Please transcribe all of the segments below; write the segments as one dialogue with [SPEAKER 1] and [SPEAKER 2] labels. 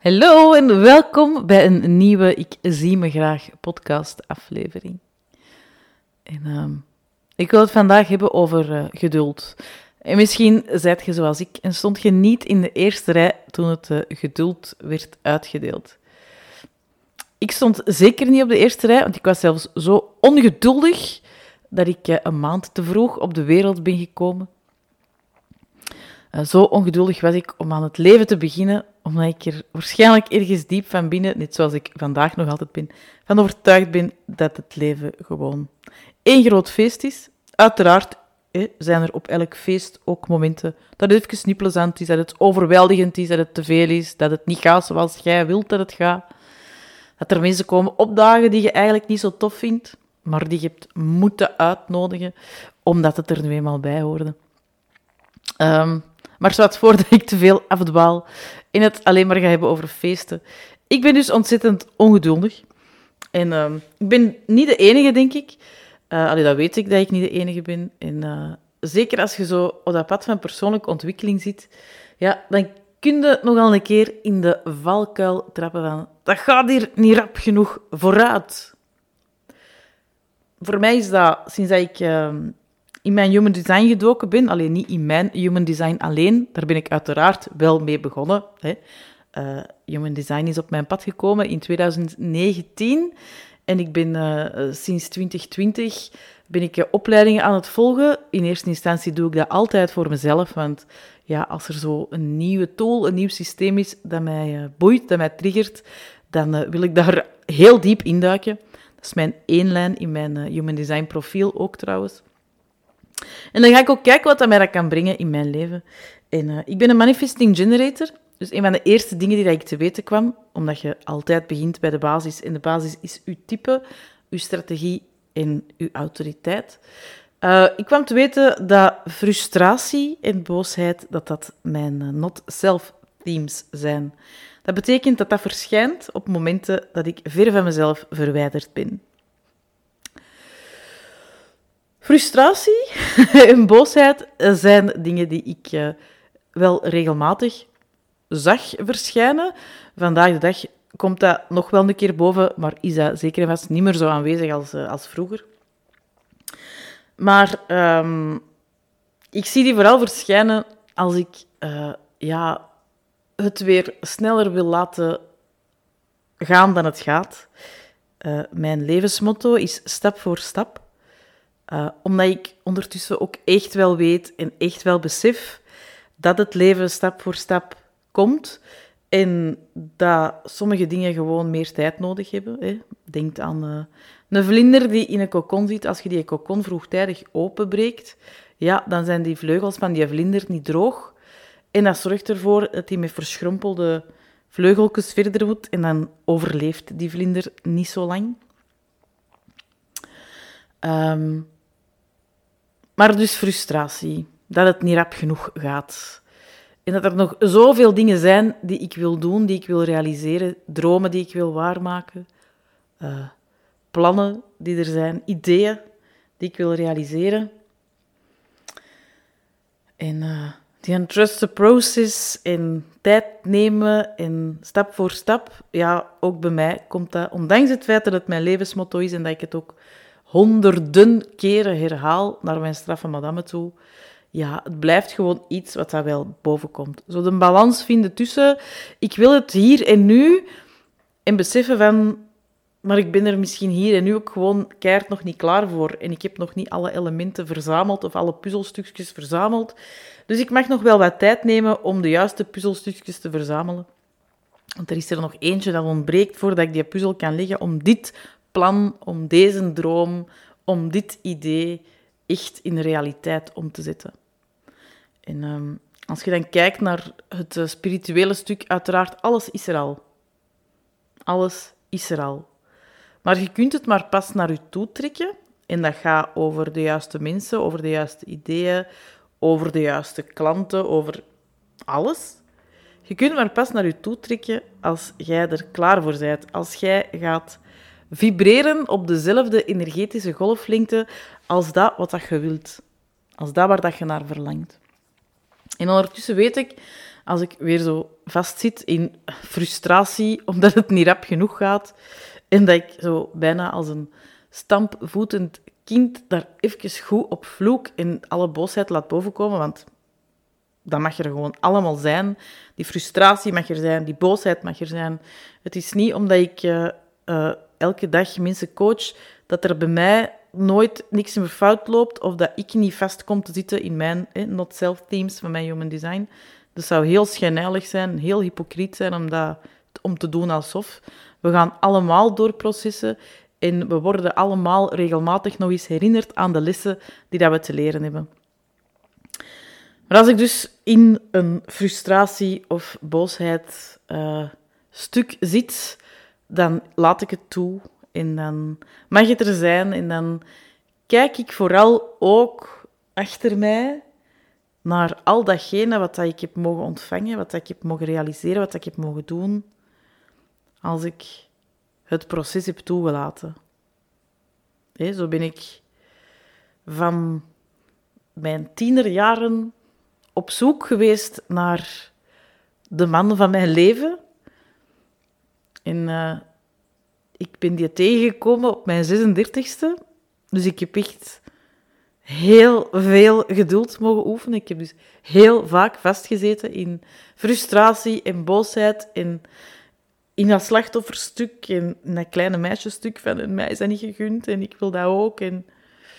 [SPEAKER 1] Hallo en welkom bij een nieuwe Ik zie me graag podcast aflevering. Ik wil het vandaag hebben over geduld. En misschien zijt je zoals ik en stond je niet in de eerste rij toen het geduld werd uitgedeeld. Ik stond zeker niet op de eerste rij, want ik was zelfs zo ongeduldig dat ik een maand te vroeg op de wereld ben gekomen. Zo ongeduldig was ik om aan het leven te beginnen, omdat ik er waarschijnlijk ergens diep van binnen, net zoals ik vandaag nog altijd ben, van overtuigd ben dat het leven gewoon één groot feest is. Uiteraard zijn er op elk feest ook momenten dat het even niet plezant is, dat het overweldigend is, dat het te veel is, dat het niet gaat zoals jij wilt dat het gaat. Dat er mensen komen opdagen die je eigenlijk niet zo tof vindt, maar die je hebt moeten uitnodigen, omdat het er nu eenmaal bij hoorde. Maar zwart, voordat ik te veel afdwaal en het alleen maar ga hebben over feesten. Ik ben dus ontzettend ongeduldig. En ik ben niet de enige, denk ik. Dat weet ik, dat ik niet de enige ben. En zeker als je zo op dat pad van persoonlijke ontwikkeling zit, ja, dan kun je nogal een keer in de valkuil trappen van dat gaat hier niet rap genoeg vooruit. Voor mij is dat, sinds dat ik in mijn human design gedoken ben, alleen niet in mijn human design alleen, daar ben ik uiteraard wel mee begonnen. Human design is op mijn pad gekomen in 2019 en ik ben sinds 2020 ben ik opleidingen aan het volgen. In eerste instantie doe ik dat altijd voor mezelf, want ja, als er zo een nieuwe tool, een nieuw systeem is dat mij boeit, dat mij triggert, dan wil ik daar heel diep induiken. Dat is mijn één lijn in mijn human design profiel ook trouwens. En dan ga ik ook kijken wat dat mij dat kan brengen in mijn leven. En ik ben een manifesting generator. Dus een van de eerste dingen die ik te weten kwam, omdat je altijd begint bij de basis. En de basis is uw type, uw strategie en uw autoriteit. Ik kwam te weten dat frustratie en boosheid, dat mijn not-self themes zijn. Dat betekent dat dat verschijnt op momenten dat ik ver van mezelf verwijderd ben. Frustratie en boosheid zijn dingen die ik wel regelmatig zag verschijnen. Vandaag de dag komt dat nog wel een keer boven, maar is dat zeker en vast niet meer zo aanwezig als vroeger. Maar ik zie die vooral verschijnen als ik het weer sneller wil laten gaan dan het gaat. Mijn levensmotto is stap voor stap. Omdat ik ondertussen ook echt wel weet en echt wel besef dat het leven stap voor stap komt en dat sommige dingen gewoon meer tijd nodig hebben. Hè. Denk aan een vlinder die in een kokon zit. Als je die kokon vroegtijdig openbreekt, ja, dan zijn die vleugels van die vlinder niet droog. En dat zorgt ervoor dat hij met verschrompelde vleugeltjes verder moet en dan overleeft die vlinder niet zo lang. Maar dus frustratie, dat het niet rap genoeg gaat. En dat er nog zoveel dingen zijn die ik wil doen, die ik wil realiseren, dromen die ik wil waarmaken, plannen die er zijn, ideeën die ik wil realiseren. En die trust the process en tijd nemen en stap voor stap, ja, ook bij mij komt dat, ondanks het feit dat het mijn levensmotto is en dat ik het ook honderden keren herhaal naar mijn straffe madame toe. Ja, het blijft gewoon iets wat daar wel boven komt. Zo de balans vinden tussen, ik wil het hier en nu, en beseffen van, maar ik ben er misschien hier en nu ook gewoon keihard nog niet klaar voor. En ik heb nog niet alle elementen verzameld of alle puzzelstukjes verzameld. Dus ik mag nog wel wat tijd nemen om de juiste puzzelstukjes te verzamelen. Want er is er nog eentje dat ontbreekt voordat ik die puzzel kan leggen om dit plan, om deze droom, om dit idee echt in de realiteit om te zetten. En als je dan kijkt naar het spirituele stuk, uiteraard, alles is er al. Alles is er al. Maar je kunt het maar pas naar je toe trekken. En dat gaat over de juiste mensen, over de juiste ideeën, over de juiste klanten, over alles. Je kunt het maar pas naar je toe trekken als jij er klaar voor bent. Als jij gaat vibreren op dezelfde energetische golflengte als dat wat je wilt. Als dat waar dat je naar verlangt. En ondertussen weet ik Als ik weer zo vastzit in frustratie, omdat het niet rap genoeg gaat, en dat ik zo bijna als een stampvoetend kind daar even goed op vloek en alle boosheid laat bovenkomen, want dat mag er gewoon allemaal zijn. Die frustratie mag er zijn, die boosheid mag er zijn. Het is niet omdat ik elke dag mensen coach, dat er bij mij nooit niks meer fout loopt, of dat ik niet vast kom te zitten in mijn not-self-themes van mijn human design. Dat zou heel schijnheilig zijn, heel hypocriet zijn om te doen alsof. We gaan allemaal door processen en we worden allemaal regelmatig nog eens herinnerd aan de lessen die dat we te leren hebben. Maar als ik dus in een frustratie of boosheid stuk zit, dan laat ik het toe en dan mag het er zijn en dan kijk ik vooral ook achter mij naar al datgene wat ik heb mogen ontvangen, wat ik heb mogen realiseren, wat ik heb mogen doen, als ik het proces heb toegelaten. Zo ben ik van mijn tienerjaren op zoek geweest naar de man van mijn leven. En ik ben die tegengekomen op mijn 36e. Dus ik heb echt heel veel geduld mogen oefenen. Ik heb dus heel vaak vastgezeten in frustratie en boosheid en in dat slachtofferstuk en in dat kleine meisjesstuk van en mij is dat niet gegund en ik wil dat ook. En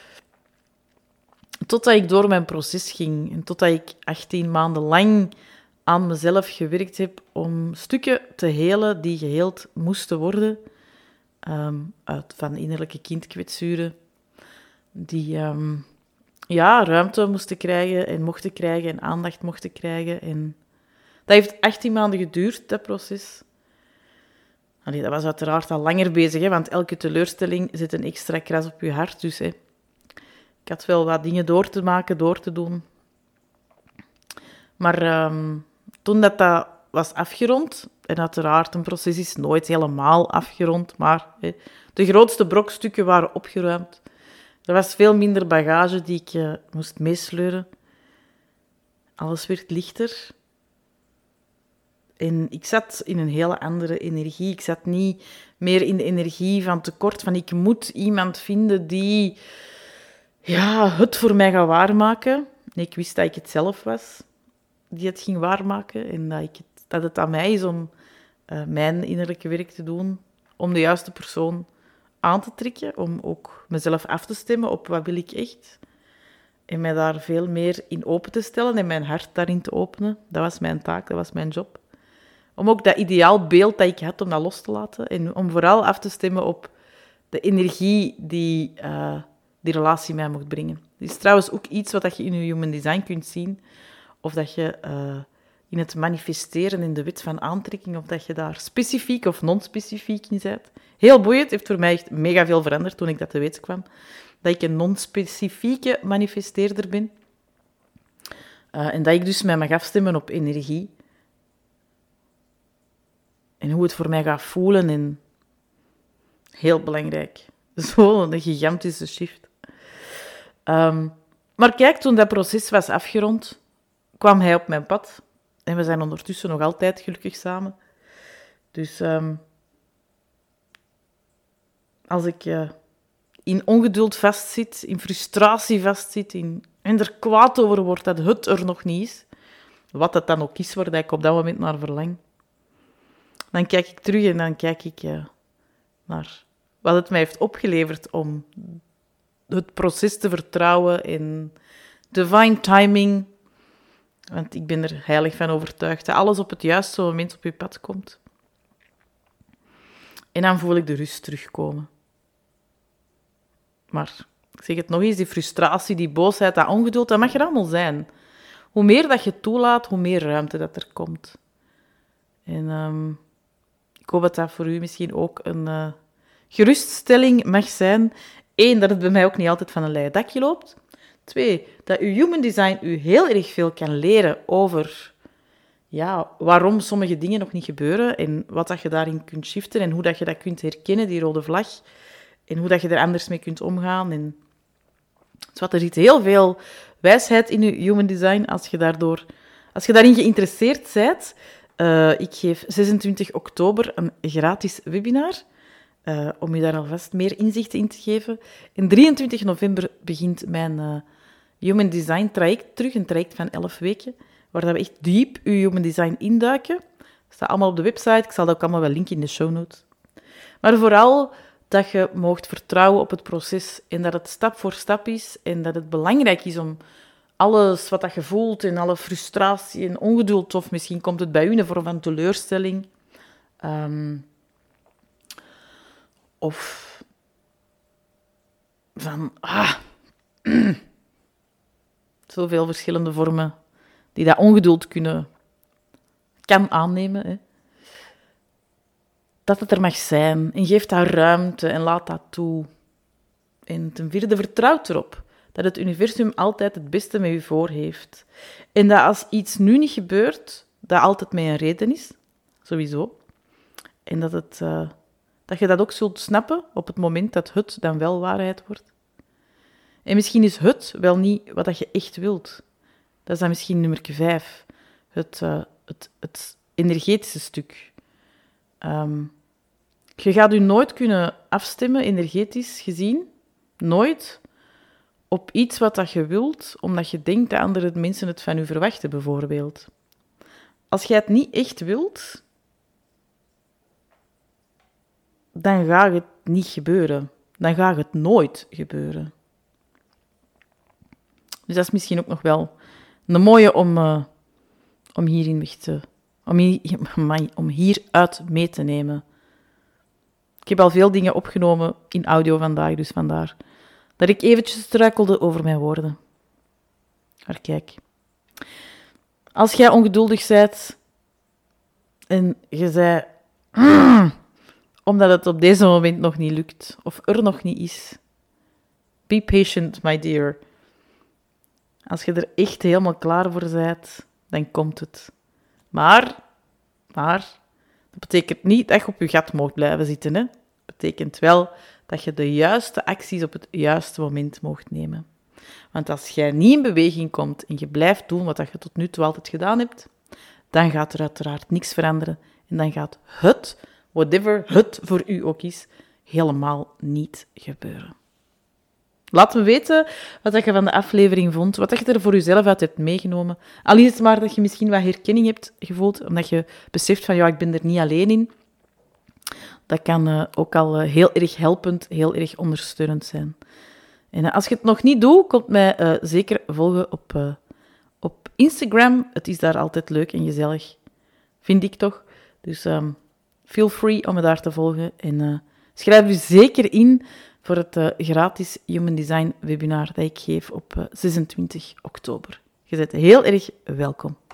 [SPEAKER 1] totdat ik door mijn proces ging en totdat ik 18 maanden lang aan mezelf gewerkt heb om stukken te helen die geheeld moesten worden, van innerlijke kindkwetsuren, die ruimte moesten krijgen en mochten krijgen en aandacht mochten krijgen. En dat heeft 18 maanden geduurd, dat proces. Allee, dat was uiteraard al langer bezig, hè, want elke teleurstelling zet een extra kras op je hart. Dus ik had wel wat dingen door te maken, door te doen. Maar toen dat was afgerond, en uiteraard een proces is nooit helemaal afgerond, maar de grootste brokstukken waren opgeruimd. Er was veel minder bagage die ik moest meesleuren. Alles werd lichter. En ik zat in een hele andere energie. Ik zat niet meer in de energie van tekort, van ik moet iemand vinden die het voor mij gaat waarmaken. Nee, ik wist dat ik het zelf was die het ging waarmaken en dat het aan mij is om mijn innerlijke werk te doen, om de juiste persoon aan te trekken, om ook mezelf af te stemmen op wat wil ik echt. En mij daar veel meer in open te stellen en mijn hart daarin te openen. Dat was mijn taak, dat was mijn job. Om ook dat ideaal beeld dat ik had, om dat los te laten. En om vooral af te stemmen op de energie die die relatie mij mocht brengen. Dat is trouwens ook iets wat je in je human design kunt zien. Of dat je in het manifesteren in de wet van aantrekking, of dat je daar specifiek of non-specifiek in bent. Heel boeiend, heeft voor mij echt mega veel veranderd toen ik dat te weten kwam. Dat ik een non-specifieke manifesteerder ben. En dat ik dus mij mag afstemmen op energie. En hoe het voor mij gaat voelen. En heel belangrijk. Zo'n gigantische shift. Maar kijk, toen dat proces was afgerond, kwam hij op mijn pad. En we zijn ondertussen nog altijd gelukkig samen. Dus als ik in ongeduld vastzit, in frustratie vastzit, en er kwaad over wordt dat het er nog niet is, wat het dan ook is waar ik op dat moment naar verlang, dan kijk ik terug en dan kijk ik naar wat het mij heeft opgeleverd om het proces te vertrouwen in divine timing. Want ik ben er heilig van overtuigd dat alles op het juiste moment op je pad komt. En dan voel ik de rust terugkomen. Maar ik zeg het nog eens, die frustratie, die boosheid, dat ongeduld, dat mag er allemaal zijn. Hoe meer dat je toelaat, hoe meer ruimte dat er komt. En ik hoop dat dat voor u misschien ook een geruststelling mag zijn. 1, dat het bij mij ook niet altijd van een leien dakje loopt. 2, dat uw human design u heel erg veel kan leren over waarom sommige dingen nog niet gebeuren en wat dat je daarin kunt shiften en hoe dat je dat kunt herkennen, die rode vlag, en hoe dat je er anders mee kunt omgaan. Er zit heel veel wijsheid in je human design als Als je daarin geïnteresseerd bent, ik geef 26 oktober een gratis webinar, om je daar alvast meer inzicht in te geven. En 23 november begint mijn Human Design traject terug, een traject van 11 weken, waar we echt diep je Human Design induiken. Dat staat allemaal op de website, ik zal dat ook allemaal wel linken in de show notes. Maar vooral dat je moogt vertrouwen op het proces en dat het stap voor stap is en dat het belangrijk is om alles wat dat je voelt en alle frustratie en ongeduld, of misschien komt het bij u in een vorm van teleurstelling, of van zoveel verschillende vormen die dat ongeduld kan aannemen, hè. Dat het er mag zijn. En geef daar ruimte en laat dat toe. En ten vierde, vertrouw erop dat het universum altijd het beste met u voor heeft. En dat als iets nu niet gebeurt, dat altijd met een reden is. Sowieso. En dat je dat ook zult snappen op het moment dat het dan wel waarheid wordt. En misschien is het wel niet wat dat je echt wilt. Dat is dan misschien nummer 5. Het energetische stuk. Je gaat je nooit kunnen afstemmen, energetisch gezien, nooit, op iets wat dat je wilt, omdat je denkt dat andere mensen het van je verwachten, bijvoorbeeld. Als jij het niet echt wilt, dan gaat het niet gebeuren. Dan gaat het nooit gebeuren. Dus dat is misschien ook nog wel een mooie om hierin weg te... Om hieruit mee te nemen. Ik heb al veel dingen opgenomen in audio vandaag, dus vandaar dat ik eventjes struikelde over mijn woorden. Maar kijk. Als jij ongeduldig bent en je zei omdat het op deze moment nog niet lukt, of er nog niet is, be patient, my dear. Als je er echt helemaal klaar voor bent, dan komt het. Maar, dat betekent niet dat je op je gat mag blijven zitten. Hè? Dat betekent wel dat je de juiste acties op het juiste moment mag nemen. Want als jij niet in beweging komt en je blijft doen wat je tot nu toe altijd gedaan hebt, dan gaat er uiteraard niks veranderen. En dan gaat whatever het voor u ook is, helemaal niet gebeuren. Laat me weten wat je van de aflevering vond, wat je er voor jezelf uit hebt meegenomen. Al is het maar dat je misschien wat herkenning hebt gevoeld, omdat je beseft van, ja, ik ben er niet alleen in. Dat kan ook al heel erg helpend, heel erg ondersteunend zijn. En als je het nog niet doet, komt mij zeker volgen op Instagram. Het is daar altijd leuk en gezellig, vind ik toch. Dus feel free om me daar te volgen. En schrijf je zeker in voor het gratis Human Design webinar dat ik geef op 26 oktober. Je bent heel erg welkom.